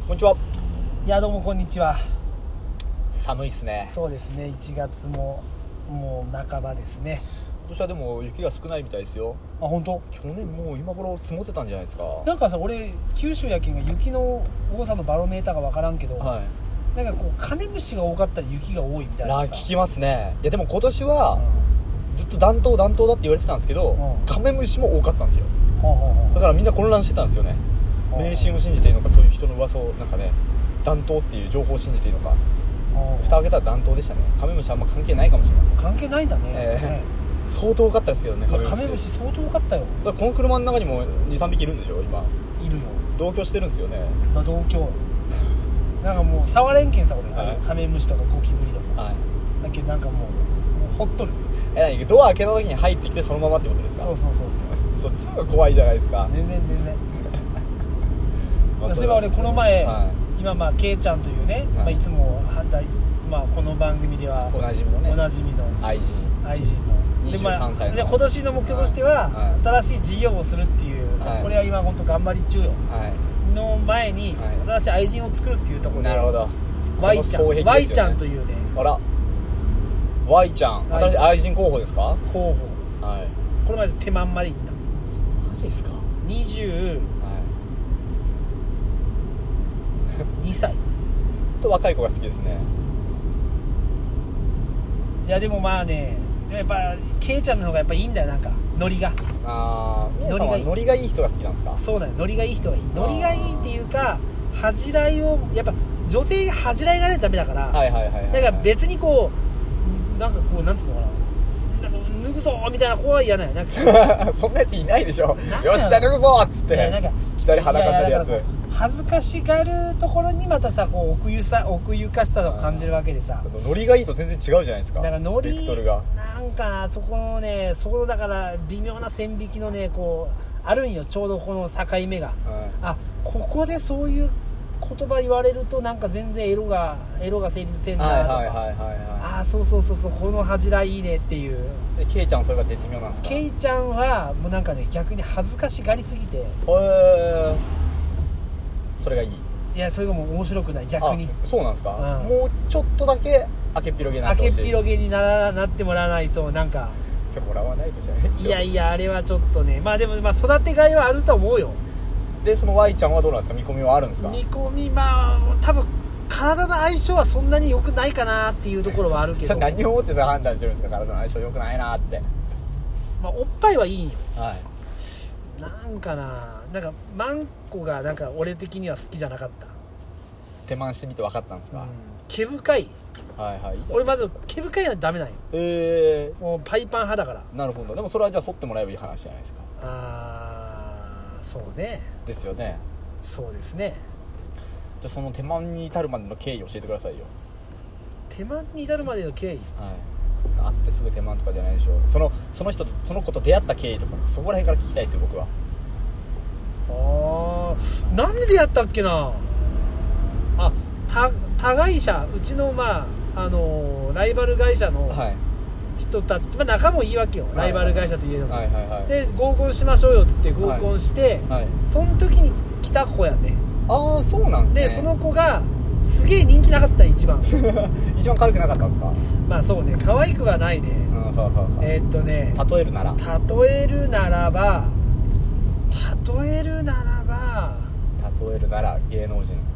こんにちは。 いやどうもこんにちは。 寒いっすね。 そうですね、1月ももう半ばですね。 今年はでも雪が少ないみたいですよ。 あ、本当？ 去年もう今頃積もってたんじゃないですか。 なんかさ、俺九州やけんが雪の多さのバロメーターが分からんけど、 はい、 なんかこうカメムシが多かったり雪が多いみたいなさ。 聞きますね。いやでも今年はずっと暖冬だって言われてたんですけど、カメムシも多かったんですよ。だからみんな混乱してたんですよね。迷信を信じていいのか、そういう人の噂をなんかね、暖冬っていう情報を信じていいのか。蓋を開けたら暖冬でしたね。カメムシあんま関係ないかもしれません。 関係ないんだね。 相当多かったですけどね。 カメムシ相当多かったよ。 この車の中にも 2,3 匹いるんでしょ今。 いるよ。 同居してるんですよね。 まあ同居なんかもう触れんけんさ俺、 はい、 カメムシとかゴキブリとか、 はい、 だけどなんかもうほっとる。 ドア開けた時に入ってきてそのままってことですか？ そうそっちの方が怖いじゃないですか。 全然そういえば俺この前、今まあケイちゃんというね、いつもこの番組ではおなじみのね、愛人の23歳ので今年の目標としては、新しい事業をするっていう、これは今本当頑張り中よ、の前に、新しい愛人を作るっていうところで、 なるほど、 Y ちゃんというね、 あら Y ちゃん、新しい愛人候補ですか？ 候補、この前手満まで行った。 マジっすか ？22歳と若い子が好きですね。 いやでもまあね、やっぱケイちゃんの方がやっぱいいんだよ、なんかノリが。 皆さんはノリがいい人が好きなんですか？ そうだね、ノリがいい人がいい。ノリがいいっていうか、恥じらいをやっぱ女性恥じらいがないとダメだから、だから別にこうなんかこうなんつうのかな、脱ぐぞみたいな子は嫌なよ。なんかそんなやついないでしょ。よっしゃ脱ぐぞっつってなんか着たり裸になるやつ。 恥ずかしがるところにまたさ、こう奥ゆかしさを感じるわけでさ、 ノリがいいと全然違うじゃないですか。 だからノリベクトルがなんかそこのだから微妙な線引きのね、こうあるんよ、ちょうどこの境目が、ここでそういう言葉言われるとなんか全然エロが成立せんなとか、そうこの恥じらいいいねっていう。 でケイちゃんそれが絶妙なんですか？ ケイちゃんはもうなんかね、逆に恥ずかしがりすぎて、 それがいい。 いやそれがもう面白くない、逆に。 そうなんですか？もうちょっとだけ明けっぴろげになってほしい。 明けっぴろげになってもらわないと、なんかってもらわないとじゃないですよ。 いやあれはちょっとね、まあでも育てがいはあると思うよ。 でその Y ちゃんはどうなんですか？見込みはあるんですか？ 見込み、多分体の相性はそんなに良くないかなっていうところはあるけど。 何をもって判断してるんですか？体の相性良くないなって。 おっぱいはいいよ。なんかマンコがなんか俺的には好きじゃなかった。 手満してみて分かったんですか？ 毛深い。俺まず毛深いのはダメなんよ。もうパイパン派だから。 なるほど。でもそれはじゃあ剃ってもらえばいい話じゃないですか。 そうね。ですよね。 そうですね。 じゃあその手満に至るまでの経緯教えてくださいよ。 手満に至るまでの経緯。 会ってすぐ手満とかじゃないでしょ。その人とその子と出会った経緯とか、そこら辺から聞きたいですよ僕は。 なんで出会ったっけな。他会社、うちのライバル会社の人たちと、仲もいいわけよ、ライバル会社といえども。で合コンしましょうよっつって合コンして、その時に来た子やね。 そうなんですね。 でその子がすげえ人気なかった一番一番可愛くなかったんですか？ そうね、可愛くはないね。例えるなら芸能人。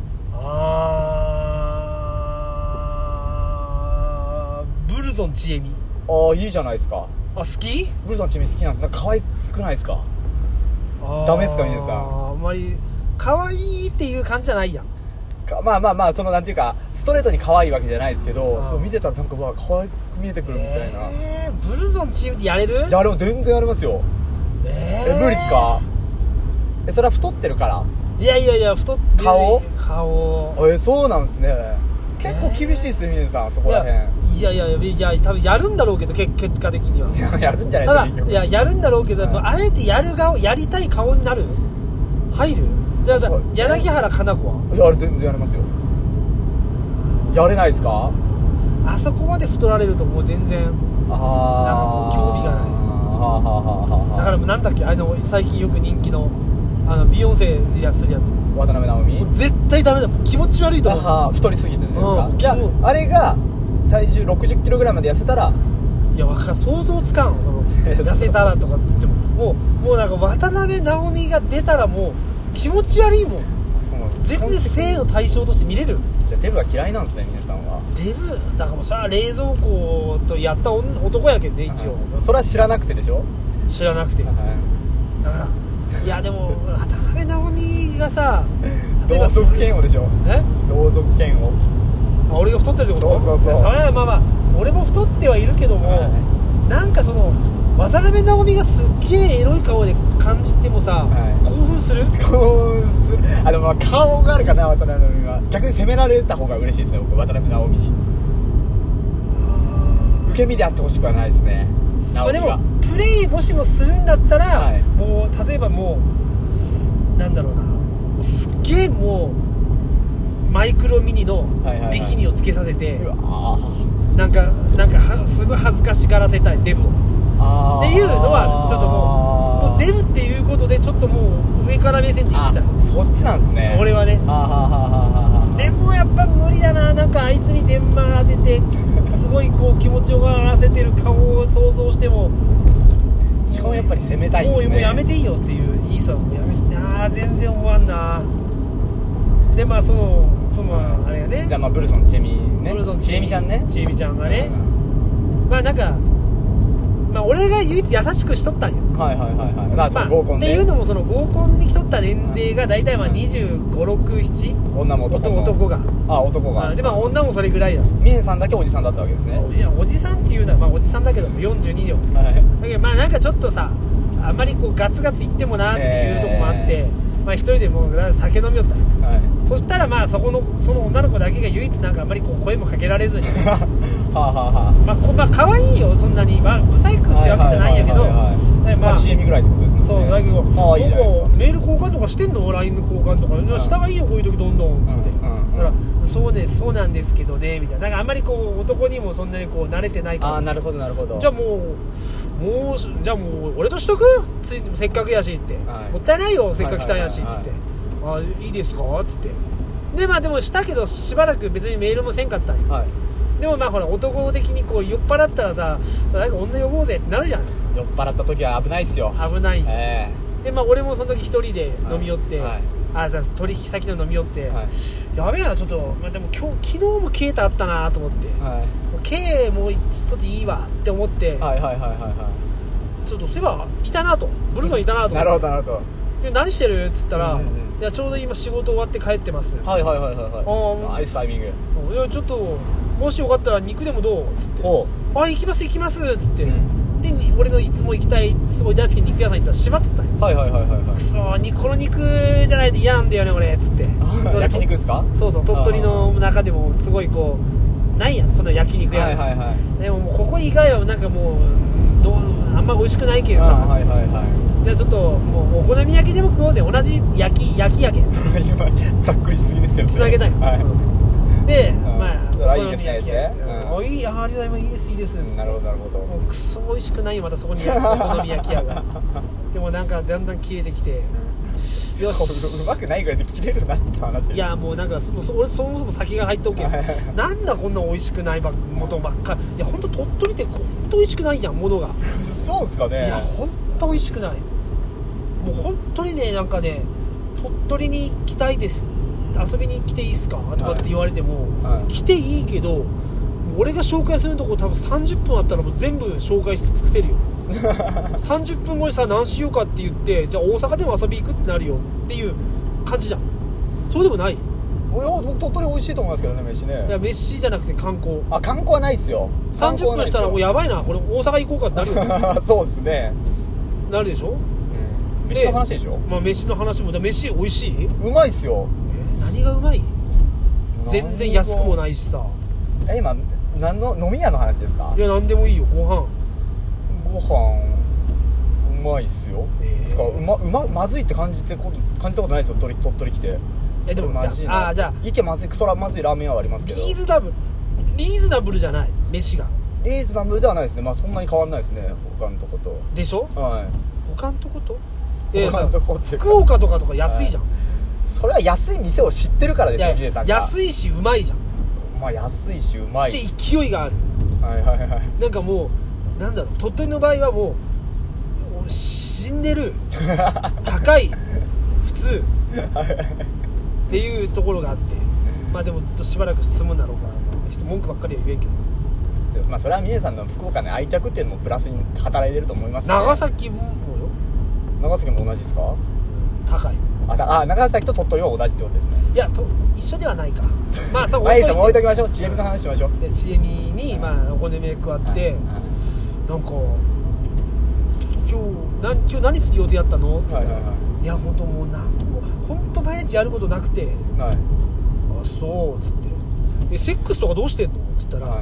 ブルゾンちえみ。 いいじゃないですか。 好き？ ブルゾンちえみ好きなんです。可愛くないですか？ダメですか皆さん？ あんまり可愛いっていう感じじゃないやん。 そのなんていうかストレートに可愛いわけじゃないですけど、でも見てたらなんか可愛く見えてくるみたいな。 ブルゾンチームってやれる？ やれも全然やれますよ。無理っすか？それは太ってるから？ いや太って顔そうなんですね。結構厳しいっすね皆さん、そこら辺。 いや多分やるんだろうけど、結果的にはやるんじゃないですか。 やるんだろうけど、あえてやりたい顔になる？入る？じゃあ柳原加奈子は？ あれ全然やれますよ。やれないですか？ あそこまで太られるともう全然なんかもう興味がない。だからなんだっけ、最近よく人気のビヨンセやするやつ渡辺直美もう絶対ダメだもん気持ち悪いと思う太りすぎてですか、 うんじゃああれが体重60キロぐらいまで痩せたらいや想像つかんその痩せたらとかって言ってももうなんか渡辺直美が出たらもう気持ち悪いもん全然性の対象として見れるじゃあデブは嫌いなんですね皆さんはデブだからもうそれは冷蔵庫とやった男やけんね一応それは知らなくてでしょ知らなくてだからいやでも渡辺直美がさ例えば同族嫌悪でしょ同族嫌悪俺が太ってるってことそうまあまあ俺も太ってはいるけども、なんかその渡辺直美がすっげえエロい顔で感じてもさ、興奮するでもまあ顔があるかな渡辺直美は逆に責められた方が嬉しいですね僕渡辺直美に受け身であってほしくはないですねまあでもプレイもしもするんだったら、もう例えばもうなんだろうなすっげえもうマイクロミニのビキニをつけさせて、なんかすごい恥ずかしがらせたいデブをっていうのはちょっともうデブっていうことでちょっともう上から目線でいきたいそっちなんですね俺はねでもやっぱ無理だななんかあいつに電話当ててすごいこう気持ちをがらせてる顔を想像しても基本やっぱり攻めたいんですねもうやめていいよっていういいさもうやめて全然終わんなでまあそのあれやねじゃあまあブルソンちえみねちえみちゃんねちえみちゃんがねまあなんかまあ俺が唯一優しくしとったんよまあ合コンでっていうのもその合コンに来とった年齢が大体まあ25、6、7 女も男が男がでまあ女もそれぐらいだミネさんだけおじさんだったわけですねいやおじさんっていうのはまあおじさんだけども42よだけどまあなんかちょっとさあんまりこうガツガツいってもなっていうとこもあってまあ一人でもう酒飲みよったよそしたらまあその女の子だけが唯一なんかあんまりこう声もかけられずにまあ可愛いよそんなにまあブサイクってわけじゃないんやけどまあチエミぐらいってことですねそうだけどなんかメール交換とかしてんの LINE の交換とかしたがいいよこういう時どんどんつってだからそうなんですけどねみたいななんかあんまりこう男にもそんなにこう慣れてないからなるほどじゃあもう俺としとくせっかくやしってもったいないよせっかく来たんやしつっていいですかつってでまあでもしたけどしばらく別にメールもせんかったんよでもまあほら男的にこう酔っ払ったらさなんか女呼ぼうぜってなるじゃん酔っ払った時は危ないっすよ危ないでまあ俺もその時一人で飲み寄って取引先の飲み寄ってやべえなちょっとまあでも昨日もケータあったなと思ってケーもうちょっといいわって思ってちょっとそういえばいたなとブルゾンいたなと思ってなるほどで何してるっつったらいやちょうど今仕事終わって帰ってますナイスタイミングいやちょっともしよかったら肉でもどうっつって行きますっつってで俺のいつも行きたいすごい大好きな肉屋さん行ったら閉まっとったんよくそこの肉じゃないと嫌なんだよね俺っつって焼肉ですかそう鳥取の中でもすごいこうないやんそんな焼肉屋でももうここ以外はなんかもうあんま美味しくないけんさじゃあちょっともうお好み焼きでも食おうぜ同じ焼きやけんざっくりしすぎですけどつなげたいでまあいいですねいいありがとうございますいいですなるほどくそ美味しくないよまたそこにお好み焼き屋がでもなんかだんだん切れてきてよしうまくないぐらいで切れるなって話いやもうなんか俺そもそも酒が入っておけなんだこんな美味しくないものばっかいや本当鳥取って本当美味しくないやんものがそうですかねいや本当美味しくないもう本当にねなんかね鳥取に来たいです遊びに来ていいっすかとかって言われても、来ていいけど俺が紹介するとこ多分30分あったらもう全部紹介して尽くせるよ30分後にさ何しようかって言ってじゃあ大阪でも遊び行くってなるよっていう感じじゃんそうでもない僕鳥取美味しいと思いますけどね飯ねいや飯じゃなくて観光観光はないっすよ 30分したらもうやばいなこれ大阪行こうかってなるよそうっすねなるでしょ飯の話でしょまあ飯の話も飯美味しいうまいっすよ何がうまい全然安くもないしさ今何の飲み屋の話ですかいや何でもいいよご飯うまいっすよてかまずいって感じたことないですよ鳥取来てでもじゃあ池まずいクソまずいラーメン屋はありますけどリーズナブルじゃない飯がリーズナブルではないですねまあそんなに変わんないですね他のとことでしょ他のとこと福岡とか安いじゃん、 それは安い店を知ってるからですよ、ヒデさんが。 安いしうまいじゃん。 まあ安いしうまいで勢いがある。 はいはいはい。 なんかもうなんだろう、鳥取の場合はもう死んでる高い普通っていうところがあって、まあでもずっとしばらく進むんだろうから、人文句ばっかりは言えんけど、 まあそれは峰さんの福岡の愛着っていうのもプラスに働いてると思いますし、ね、 長崎もよ。 長崎も同じですか？ 高い。 長崎と鳥取は同じってことですね。 いや一緒ではないか。まあそう置いときましょう。ちえみの話しましょう。 でちえみにまあお好み焼き食わって、なんか今日何する予定やったのって言ったら、いや本当もう本当毎日やることなくて、あそうっつって、セックスとかどうしてんのって言ったら、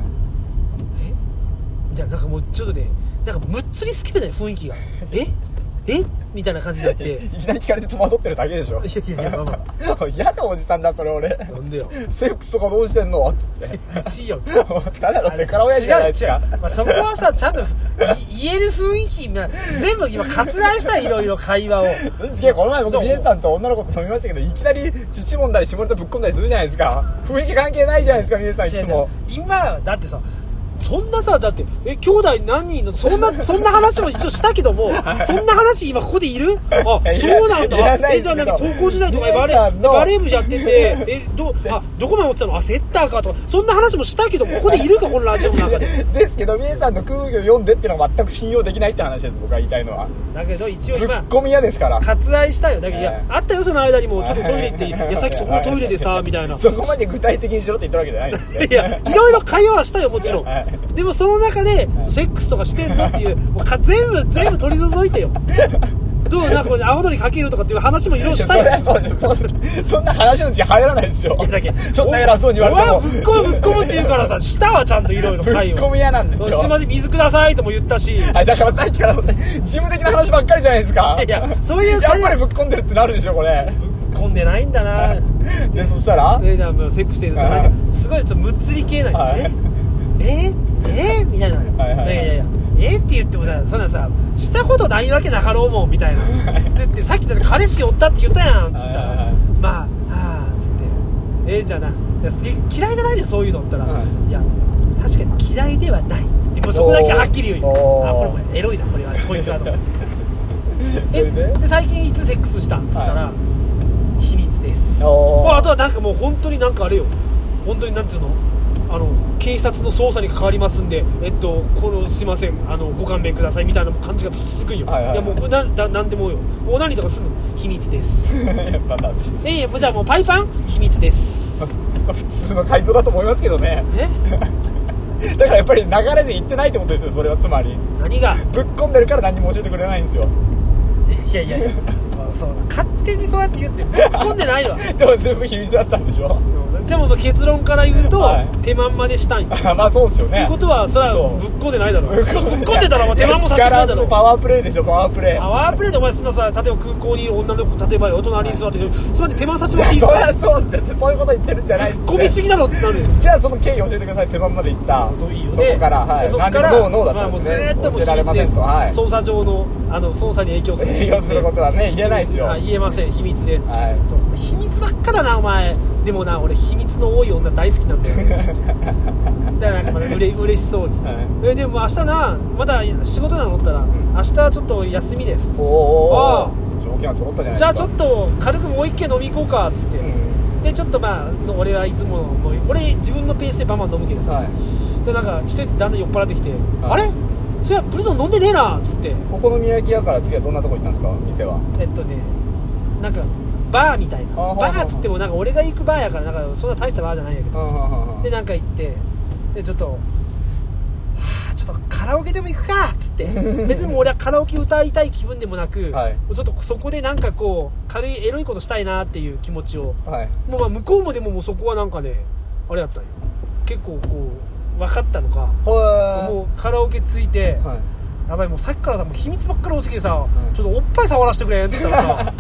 じゃあなんかもうちょっとね、なんかむっつり好きみたいな雰囲気がえみたいな感じになって、 いきなり聞かれて戸惑ってるだけでしょ。 いやまあ嫌なおじさんだそれ。俺なんでよセックスとかどうしてんのっていいよただのセカラ親父じゃないですか。 まあ、そこはさちゃんと言える雰囲気、全部今割愛したいろいろ会話をこの前僕ミエさんと女の子と飲みましたけど、いきなり乳もんだり下ネタぶっ込んだりするじゃないですか。雰囲気関係ないじゃないですかミエさんいつも。 今だってさ、そんなさ、だって兄弟何人のそんな話も一応したけどもそんな話今ここでいる？そうなんだ。じゃあ何高校時代とかバレー部やっててどこまで持ってたの？セッターかとかそんな話もしたけど、ここでいるかこのラジオの中でですけどミエさんの空気を読んでっていうのは全く信用できないって話です、僕が言いたいのは。 だけど一応今ぶっ込み屋ですから割愛したよ。だけどいやあったよ、その間にもちょっとトイレ行っていやさっきそこのトイレでさみたいな、 そこまで具体的にしろって言ったわけじゃないですね。 いやいろいろ会話はしたよもちろん、でもその中でセックスとかしてんのっていうもう全部取り除いてよどうなんかこれ青のりかけるとかっていう話もいろいろしたよ。 そんな話のうち入らないですよ。 だけそんな偉そうに言われてもぶっ込むって言うからさ、したはちゃんといろいろ会話ぶっ込み屋なんですよ。 すいません水くださいとも言ったし、 だからさっきから事務的な話ばっかりじゃないですか。 いやそういうやっぱりぶっ込んでるってなるでしょこれ。 ぶっ込んでないんだなでそしたらセックスしてるからなんかすごいちょっとむっつり系なのみたいな、いやって言ってもさ、そんなさしたことないわけなかろうもんみたいなって言って、さっきだって彼氏おったって言ったやんっつったら、まあっつってじゃあないや嫌いじゃないでそういうのって言ったら、いや確かに嫌いではないでもそこだけはっきり言うよ。これもエロいなこれはこいつはと思ってで最近いつセックスしたっつったら、秘密です。あとはなんかもう本当になんかあれよ、本当になんつうの警察の捜査に関わりますんで、すいませんご勘弁くださいみたいな感じがずっと続くんよ。いやもうなんでもよ、何とかすんの秘密ですじゃあもうパイパン秘密です普通の回答だと思いますけどね。だからやっぱり流れで言ってないってことですよ、それは。つまり何がぶっ込んでるから何も教えてくれないんですよ。 いやそう勝手にそうやって言ってぶっ込んでないわでも全部秘密だったんでしょ。 でも結論から言うと、手間までしたんよまあそうっすよね。 ってことはそれはぶっ込んでないだろ。ぶっ込んでたら手間もさせてないだろ。 パワープレイでしょ。パワープレイでお前そんなさ、例えば空港にいる女の子、例えばお隣に座っててそれで手間させてもらっていいですか。 そうっすよ。そういうこと言ってるんじゃないです込みすぎだろってなる。 じゃあその経緯教えてください。手間まで行ったそこから何もノーだったんですね。 ずっと教えられませんと。 捜査上の捜査に影響することはね言えないですよ。 言えません、秘密です。秘密ばっかだなお前。でもな俺秘密の多い女大好きなんだよだからなんかまだ嬉しそうに、でも明日なまだ仕事なのったら明日ちょっと休みです。 条件は揃ったじゃないですか。 じゃあちょっと軽くもう一軒飲み行こうかっつって、でちょっと俺はいつも俺自分のペースでバンバン飲むけどさ、でなんか一人でだんだん酔っ払ってきて、あれそれはブルゾン飲んでねえなっつって、 お好み焼き屋から次はどんなとこ行ったんですか店は。 なんかバーみたいな、バーっつってもなんか俺が行くバーやからなんかそんな大したバーじゃないんやけど、でなんか行ってでちょっとカラオケでも行くかっつって別にもう俺はカラオケ歌いたい気分でもなく、ちょっとそこでなんかこう軽いエロいことしたいなっていう気持ちを、もう向こうもでももうそこはなんかねあれやったんよ、結構こう分かったのか、もうカラオケついて、やばいもうさっきからさもう秘密ばっかり多すぎてさ、ちょっとおっぱい触らせてくれって言ったらさ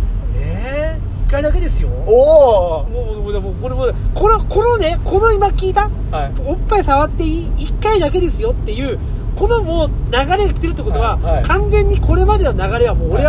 1回だけですよ。もうこの今聞いた、おっぱい触っていい1回だけですよっていうこのもう流れが来てるってことは、完全にこれまでの流れはもう俺は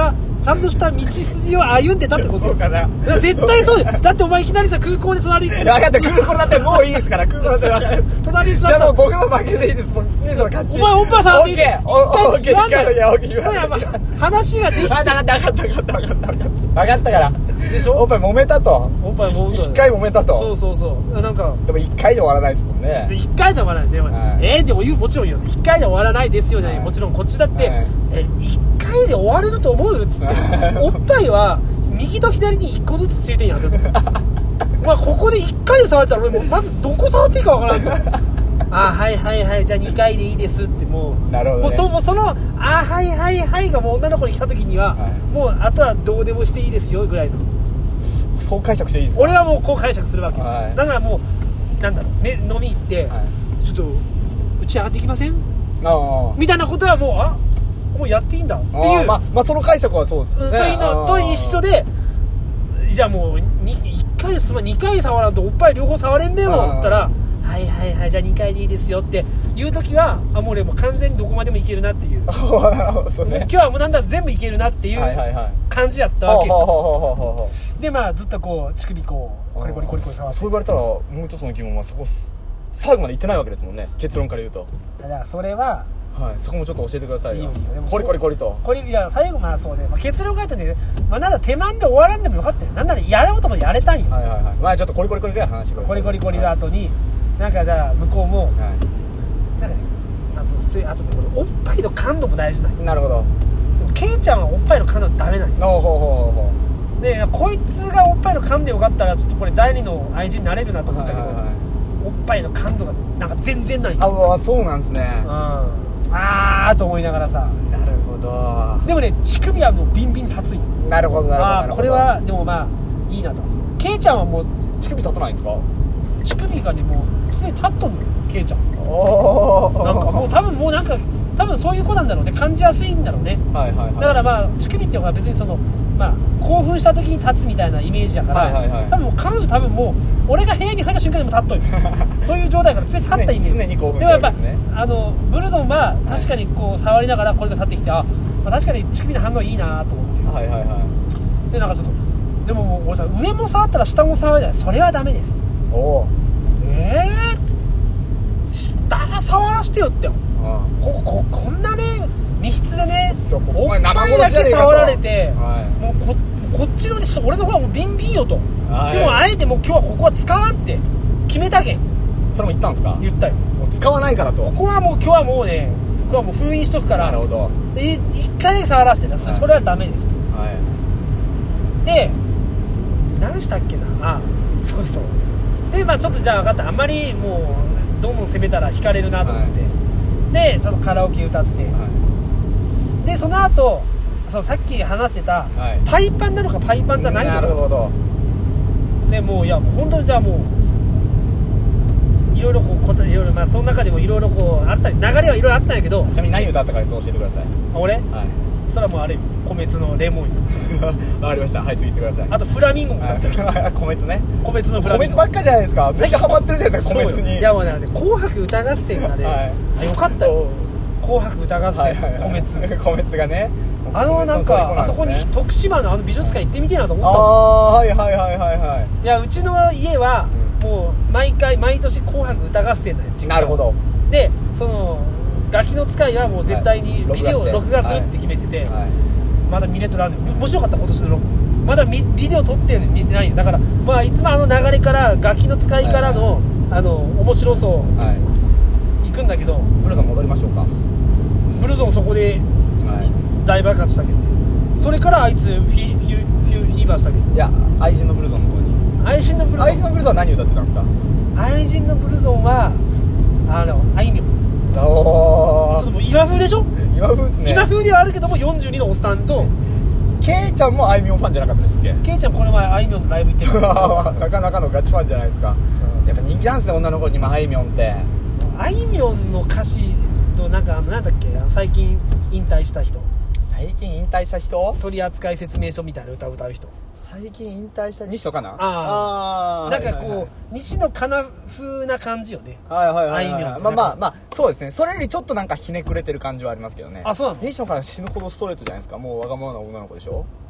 ちゃんとした道筋を歩んでたってことそうかな。 絶対そうだってお前いきなりさ空港で隣に分かった、空港だってもういいですから、空港だって分かる。 隣に座ったじゃあもう僕の負けでいいです。もう兄さんの勝ち。 お前おっぱい触っていいオッケー、オッケー、オッケー、いやオッケー、 そうやばい話ができて分かった分かった分かった分かったからでしょ。 おっぱい揉めたと。 おっぱいもう一回揉めたと。 そうそうそうなんかでも一回で終わらないですもんね。 一回じゃ終わらないでも、でももちろん言う一回じゃ終わらないですよね、もちろんこっちだって、一回で終われると思うっつっておっぱいは右と左に一個ずつついてんやんまあここで一回で触れたら俺もうまずどこ触っていいかわからんとあはいはいはいじゃあ2回でいいですってもうなるほど、ね、 もうそのあはいはいはいがもう女の子に来た時には、もうあとはどうでもしていいですよぐらいのそう解釈していいですか。 俺はもうこう解釈するわけ、だからもうなんだろう、ね、飲み行って、ちょっと打ち上がっていきませんみたいなことはもうやっていいんだっていうまあその解釈はそうですね、 というのと一緒でじゃあもう1回2回触らんとおっぱい両方触れんべよって言ったらはいはいはいじゃあ2回でいいですよっていう時はもう俺もう完全にどこまでもいけるなっていうなるほど、ね、 今日はもうなんだ全部いけるなっていう感じやったわけでまあずっとこう乳首こうコリコリコリコリ触ってそう言われたらもう一つの疑問はそこ最後まで言ってないわけですもんね、結論から言うと。 だからそれはそこもちょっと教えてくださいよ。 いいよでもコリコリコリといや最後まあそうね、結論が言ったんで、なんだ手間で終わらんでもよかったよ。なんならやろうともやれたんよ。 まあちょっとコリコリコリぐらい話してください。 コリコリコリの後に、なんかじゃあ向こうも、なんかねあとね俺おっぱいの感度も大事なんよ。 なるほど。 でもケイちゃんはおっぱいの感度ダメなんよ。でこいつがおっぱいの感度よかったらちょっとこれ第二の愛人になれるなと思ったけど、おっぱいの感度がなんか全然ないよ。 そうなんですね。 と思いながらさ。 なるほど。 でもね乳首はもうビンビン立つんよ。 なるほどなるほど。 これはでもまあいいなと。ケイちゃんはもう乳首立たないんですか。 乳首がねもう常に立っとんのよケイちゃん。なんかもう多分そういう子なんだろうね、感じやすいんだろうね。だからまあ乳首っていうのは別にそのまあ興奮した時に立つみたいなイメージやから、多分彼女もう俺が部屋に入った瞬間にも立っとるそういう状態から常に立ったイメージ。 常に興奮でもやっぱブルゾンは確かにこう触りながらこれが立ってきてまあ、確かに乳首の反応いいなと思って、でなんかちょっとでももう俺さ上も触ったら下も触れない、それはダメです。っつって下触らしてよってこんなね密室でねおっぱいだけ触られて、もうこっちの俺の方はもうビンビンよと、でもあえてもう今日はここは使わんって決めたけん。 それも言ったんですか。言ったよ。 もう使わないからと。 ここはもう今日はもうねここはもう封印しとくから。 なるほど。 一回だけ触らせてそれはダメですと。で何したっけなそうでまあちょっとじゃあ分かった、あんまりもうどんどん攻めたら惹かれるなと思って、でちょっとカラオケ歌って、でその後さっき話してた、パイパンなのかパイパンじゃないのか。 なるほど。 でもういやもう本当にじゃあもういろいろこういろいろまあその中でもいろいろこうあった流れはいろいろあったんやけど。 ちなみに何歌ったか教えてください。 俺それはもうあれよ、米津のレモンよ。 わかりました。はい次行ってください。 あとフラミンゴも歌ってる。 米津ね。 米津のフラミンゴ。 米津ばっかじゃないですか。めっちゃハマってるじゃないですか米津に。 いやもうね紅白歌合戦がね、よかったよ。紅白歌合戦米津。 米津がね。 なんかあそこに徳島の美術館行ってみてえなと思ったもん。いやうちの家はもう毎年紅白歌合戦だよ。 なるほど。 でそのガキの使いはもう絶対にビデオを録画するって決めてて、まだ見れとらんのよ。面白かった今年のまだビデオ撮って見てないんだから、まあいつも流れからガキの使いからの面白そう行くんだけど、 ブルゾン戻りましょうか。 ブルゾンそこで大爆発したけどね。それからあいつフィーバーしたけど。いや愛人のブルゾンの方に。 愛人のブルゾンは何歌ってたんですか。 愛人のブルゾンはあいみょん。ちょっともう今風でしょ。 今風ですね。今風ではあるけども42のおっさんとケイちゃんもあいみょんファンじゃなかったですっけ。 ケイちゃんこの前あいみょんのライブ行ってるなかなかのガチファンじゃないですか。やっぱ人気なんですね女の子に今あいみょんって。 あいみょんの歌詞となんだっけ最近引退した人。 最近引退した人。 取扱説明書みたいな歌を歌う人。 最近引退した西野かな。 なんかこう西野カナ風な感じよね。 あいみょん。まあそうですね。それよりちょっとなんかひねくれてる感じはありますけどね。 そうなの。 西野から死ぬほどストレートじゃないですか。もうわがままな女の子でしょ。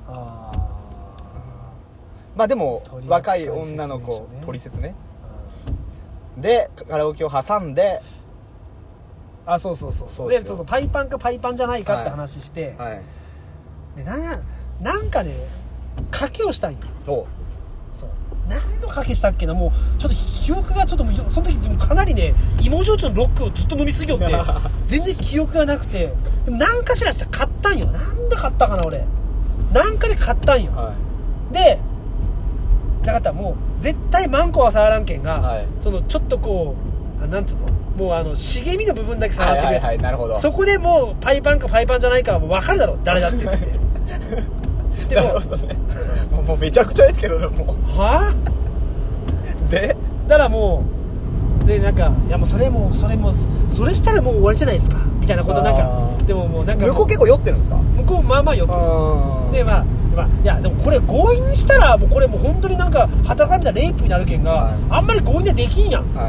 まあでも若い女の子取説ね、でカラオケを挟んで、 そうでパイパンかパイパンじゃないかって話して、 はい、 でなんかね賭けをしたんよ。そう何の賭けしたっけな、もうちょっと記憶がちょっともうその時かなりね芋焼酎のロックをずっと飲みすぎよって全然記憶がなくて、でも何かしらして買ったんよ。なんで買ったかな俺、なんかで買ったんよ、はい、でだからもう絶対マンコは触らんけんが、はい、そのちょっとこうなんつうの、もう茂みの部分だけ探してくれ、 はいはいはい、なるほど。 そこでもうパイパンかパイパンじゃないかはもう分かるだろ誰だって言ってでもなるほどねもうめちゃくちゃですけどね、もうはぁでだからもうでなんかいやもうそれしたらもう終わりじゃないですかみたいなことなんか、でももうなんか向こう結構酔ってるんですか？ 向こうまあまあ酔ってる。でまあいやでもこれ強引にしたらもうこれもう本当になんか旗から見たらレイプになるけんが、はい、あんまり強引にはできんやん、はい、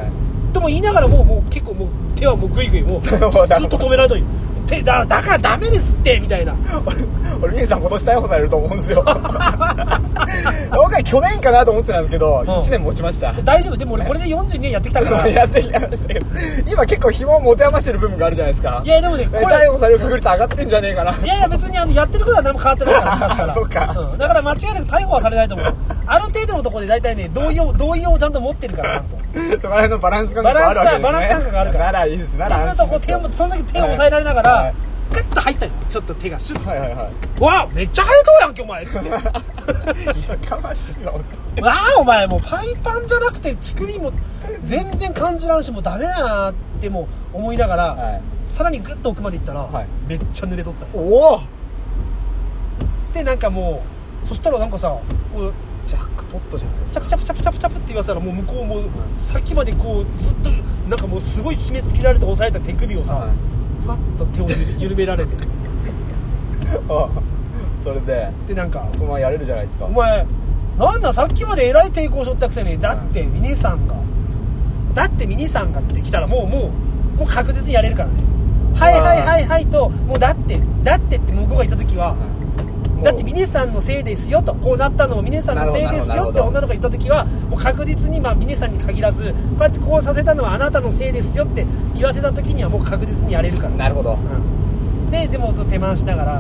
とも言いながらもう結構もう手はもうグイグイもうずっと止められとるだからダメですってみたいな俺ミネさん今年逮捕されると思うんですよ僕は去年かなと思ってたんですけど、1年持ちました。 大丈夫。でも俺これで42年やってきたからやってきましたけど今結構紐を持て余してる部分があるじゃないですか。 いやでもねこれ逮捕される確率上がってんじゃねえかな。 いや別にやってることは何も変わってないから昔からそっか、 だから間違いなく逮捕はされないと思うある程度のところで大体ね同意をちゃんと持ってるからちゃんとその辺のバランス感覚があるわけですね。 バランス感覚があるからならいいです。ならずっとこうその時手を押さえられながら、はい、グッと入ったよ。ちょっと手がシュッ、はいはいはい、わあめっちゃ早そうやんけお前っつっていやかましいなわあお前もうパイパンじゃなくて乳首も全然感じらんしもうダメだなっても思いながら、はい、さらにグッと奥まで行ったら、はい、めっちゃ濡れとったよ。 おおでなんかもうそしたらなんかさジャックポットじゃないですか。 チャプチャプチャプチャプって言わせたらもう向こうもさっきまでこうずっとなんかもうすごい締め付けられて押さえた手首をさ、はい、ふわっと手を緩められてあそれでなんかそのままやれるじゃないですか。 お前なんださっきまでえらい抵抗しとったくせにだってミニさんがって来たらもう確実にやれるからね。はいともうだってって向こうが言った時は、だってミネさんのせいですよと、こうなったのもミネさんのせいですよって女の子が言った時はもう確実にミネさんに限らずこうやってこうさせたのはあなたのせいですよって言わせた時にはもう確実にやれるから。 なるほど、 でも手回しながら、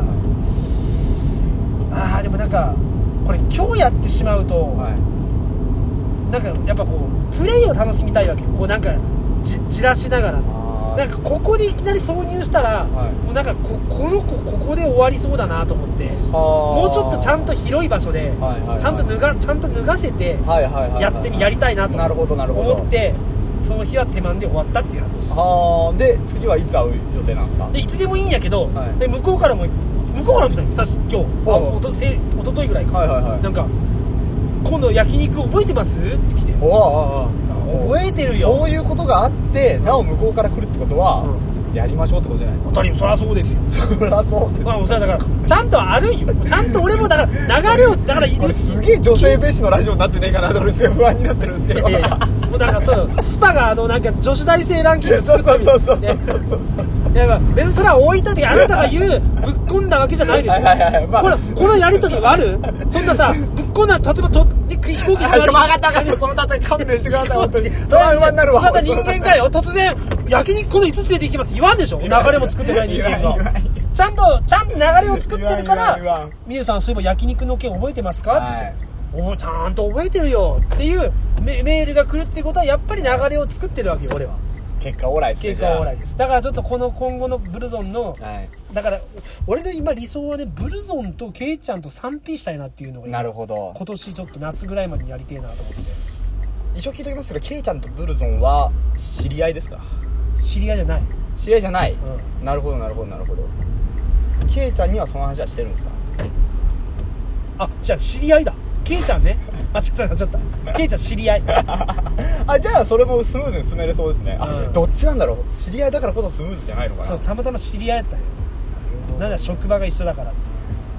でもなんかこれ今日やってしまうと、なんかやっぱこうプレイを楽しみたいわけよ。こうなんかじらしながらなんかここでいきなり挿入したら、もうなんかこの子ここで終わりそうだなと思って、もうちょっとちゃんと広い場所で、ちゃんと脱がせてやりたいなと思って、その日は手間で終わったっていう話。 で次はいつ会う予定なんですか？ でいつでもいいんやけど、で向こうからも来たの今日おとといぐらいか、なんか今度焼肉覚えてますって来て、覚えてるよ。 そういうことがあってなお向こうから来るってことは、やりましょうってことじゃないですか。 そりゃそうですよ。 そりゃそうです。 だからちゃんとあるんよ。ちゃんと俺もだから流れをだからすげえ女性蔑視のラジオになってねえかなと俺すごい不安になってるんですけど。 もうなんかスパがなんか女子大生ランキング作ってる。そう別にそれは置いといてあなたが言うぶっ込んだわけじゃないでしょ。このやりとりはある？そんなさぶっ込んだ例えば飛行機に乗り。 分かったその例え勘弁してください本当に。トラウマになるわ。 そんな人間かよ。突然焼肉この5つで行きます言わんでしょ。流れも作ってない人間がちゃんと流れを作ってるからみゆさんそういえば焼肉の件覚えてますかって、ちゃんと覚えてるよっていうメールが来るってことはやっぱり流れを作ってるわけよ。俺は結果オーライですね。 結果オーライです。だからちょっと今後のブルゾンの、だから俺の今理想はねブルゾンとケイちゃんと 3P したいなっていうのがなるほど今年ちょっと夏ぐらいまでやりてえなと思って。 一応聞いておきますけどケイちゃんとブルゾンは知り合いですか？ 知り合いじゃない。 知り合いじゃない、なるほどケイちゃんにはその話はしてるんですか？ じゃあ知り合いだ。ケイちゃんねちょっとケイちゃん知り合いじゃあそれもスムーズに進めれそうですね。どっちなんだろう。知り合いだからこそスムーズじゃないのかな。 そうたまたま知り合いやったんよ。なんだ職場が一緒だからって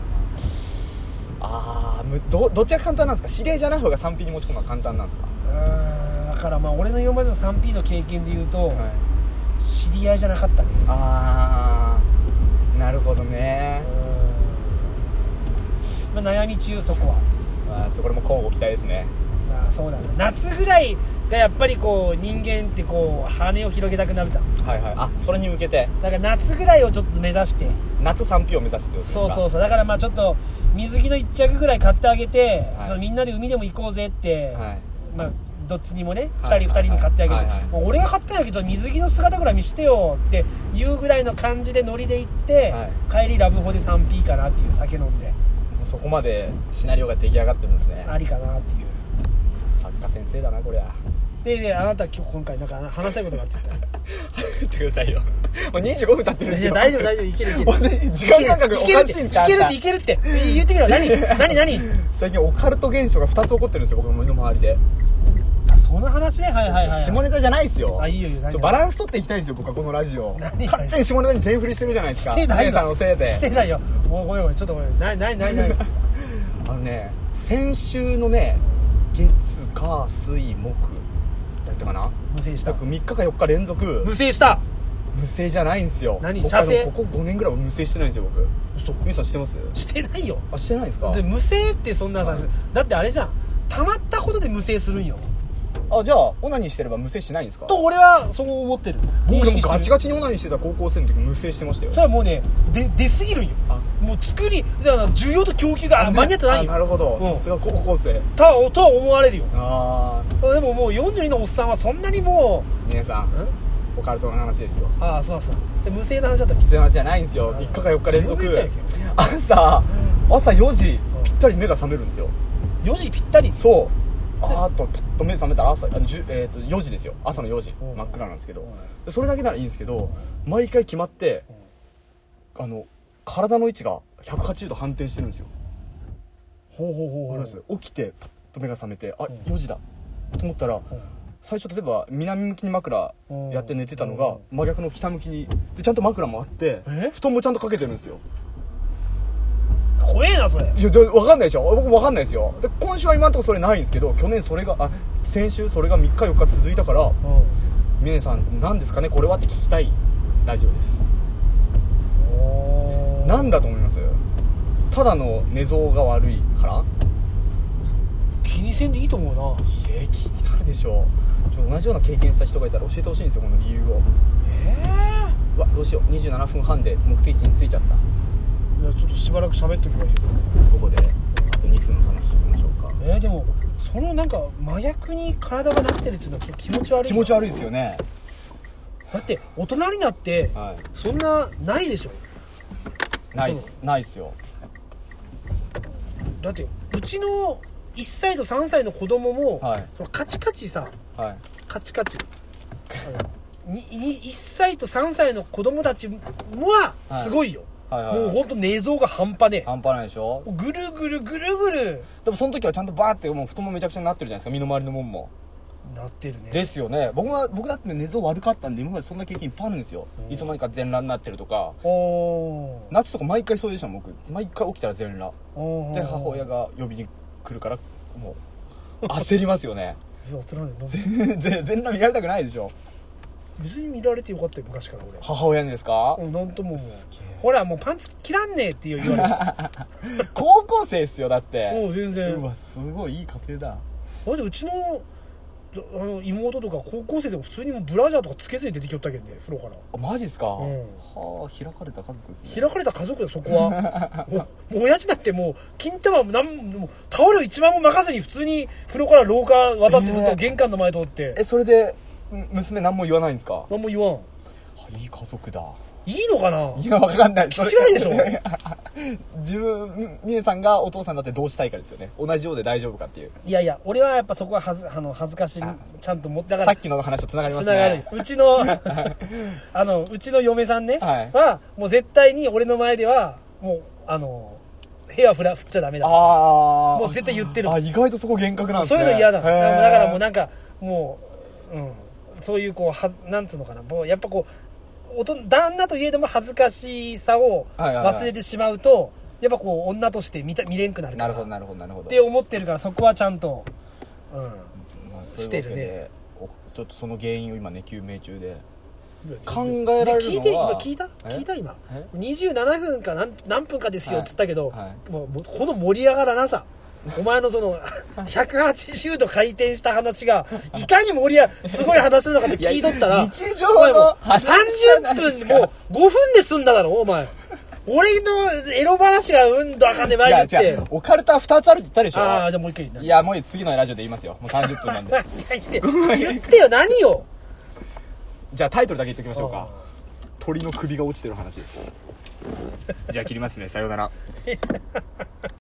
いう。 どっちが簡単なんですか？知り合いじゃない方が 3P に持ち込むのは簡単なんですか？ だから俺の今までの 3P の経験で言うと、知り合いじゃなかったね。 なるほどね。 まあ、悩み中そこは。 これも交互期待ですね。 そうだね、夏ぐらいがやっぱりこう人間ってこう羽を広げたくなるじゃん。 はいはい。それに向けてだから夏ぐらいをちょっと目指して、 夏 3P を目指してですか。 そうだからまあちょっと水着の1着ぐらい買ってあげて、 はい、 そのみんなで海でも行こうぜって、 はい、 まあどっちにもね、2人に買ってあげて、もう俺が買ってあげたら水着の姿ぐらい見してよっていうぐらいの感じでノリで行って、はい、帰りラブホで 3P かなっていう、酒飲んで。 そこまでシナリオが出来上がってるんですね。 ありかなっていう。 作家先生だなこりゃ。 であなた今回なんか話したいことがあっちゃった言ってくださいよ。もう25分経ってるんですよ。 いや大丈夫いける時間感覚おかしいんですか。 いけるって言ってみろ。何最近オカルト現象が2つ起こってるんですよ、僕の身の回りで。 その話ね。はい下ネタじゃないですよ。 いいよバランス取っていきたいんですよ、僕はこのラジオ。完全に下ネタに全振りしてるじゃないですか。 してないよ。 さんのせいで。 してないよ。もうごめんちょっとごめん。ない先週のね、月火水木だったかな、 無声した。 3日か4日連続無声した。 無声じゃないんですよ。 射精。 ここ5年ぐらい無声してないんですよ僕。 嘘。 皆さん知ってます？ してないよ。 してないんですか？ で無声ってそんなさ、だってあれじゃん、溜まったことで無声するんよ。 じゃあオナニーしてれば無声しないんですか？ と俺はそう思ってる。 僕でもガチガチにオナニーしてた高校生の時無声してましたよ。 それはもうね出すぎるんよ。もう作りだから需要と供給が間に合ってないよ。 なるほど。さすが高校生とは思われるよ。 でももう42のおっさんはそんなにもう皆さんオカルトの話ですよ。 そうで無声の話だったっけ？ 無声の話じゃないんですよ。3日か4日連続朝4時ぴったり目が覚めるんですよ。 4時ぴったり。 そうパッと目覚めたら4時ですよ。朝の4時真っ暗なんですけど、それだけならいいんですけど、毎回決まって体の位置が180度反転してるんですよ。起きてパッと目が覚めて4時だと思ったら、最初例えば南向きに枕やって寝てたのが真逆の北向きにで、ちゃんと枕もあって布団もちゃんとかけてるんですよ。 怖えなそれ。 いや分かんないでしょ。僕も分かんないですよ。で今週は今のところそれないんですけど、先週それが3日4日続いたから、峰さん何ですかねこれはって聞きたいラジオです。なんだと思います？ただの寝相が悪いから？ 気にせんでいいと思うな。 聞きたいでしょ。同じような経験した人がいたら教えてほしいんですよ、この理由を。うわどうしよう、27分半で目的地に着いちゃった。 ちょっとしばらく喋っとけばいいよ。 ここであと2分話してみましょうか。 でもそのなんか麻薬に体がなってるっていうのはちょっと気持ち悪い。 気持ち悪いですよね。 だって大人になってそんなないでしょ。 ないっすよ。 だってうちの1歳と3歳の子供も、そのカチカチさ、カチカチ1歳と3歳の子供たちはすごいよ。もうほんと寝相が半端ねえ。 半端ないでしょ。 ぐるぐる。 でもその時はちゃんとバーってもう布団もめちゃくちゃになってるじゃないですか、身の回りのもんも。 なってるね。 ですよね。僕だって寝相悪かったんで今までそんな経験いっぱいあるんですよ。いつの間にか全裸になってるとか。夏とか毎回そうでしたもん僕。毎回起きたら全裸で母親が呼びに来るからもう焦りますよね。全裸見られたくないでしょ。 別に見られてよかったよ昔から俺。 母親にですか？ なんともほらもうパンツ切らんねえって言われる。 高校生っすよだって。 もう全然。 うわすごいいい家庭だ。 うちの妹とか高校生でも普通にもブラジャーとかつけずに出てきよったけんね、風呂から。 マジっすか？はあ開かれた家族ですね。 開かれた家族でそこはもう親父なんてもう金玉もうタオル1万も巻かずに普通に風呂から廊下渡ってずっと玄関の前通って。 それで娘何も言わないんですか？ 何も言わん。 いい家族だ。 いいのかな。 いや分かんない。 気違いでしょ。 峰さんがお父さんだってどうしたいかですよね。同じようで大丈夫かっていう。 いや俺はやっぱそこは恥ずかしいちゃんとだからさっきの話とつながりますね。 うちのうちの嫁さんね、はもう絶対に俺の前ではもう部屋振っちゃダメだ。もう絶対言ってる。 意外とそこ厳格なんですね。 そういうの嫌だ。だからもうなんかもうそういうこうなんつうのかな、もうやっぱこう旦那といえども恥ずかしさを忘れてしまうと、やっぱこう女として見れんくなるから。なるほどって思ってるから、そこはちゃんとしてるね。 ちょっとその原因を今ね究明中で。 考えられるのは聞いた今え 27分か何分かですよっつったけど、 はもうこの盛り上がらなさお前のその180度回転した話がいかにすごい話なのかって聞いとったら日常の話じゃな 30 いですか分もう5分で済んだだろお前。俺のエロ話がうんとあかんで前言って。 オカルトは2つあるって言ったでしょ。 ああ、じゃあもう一回言った。 いや、もう次のラジオで言いますよ。もう30分なんで。 じゃあ言ってよ、何よ。 じゃあタイトルだけ言っときましょうか。鳥の首が落ちてる話です。じゃあ切りますね。さようなら。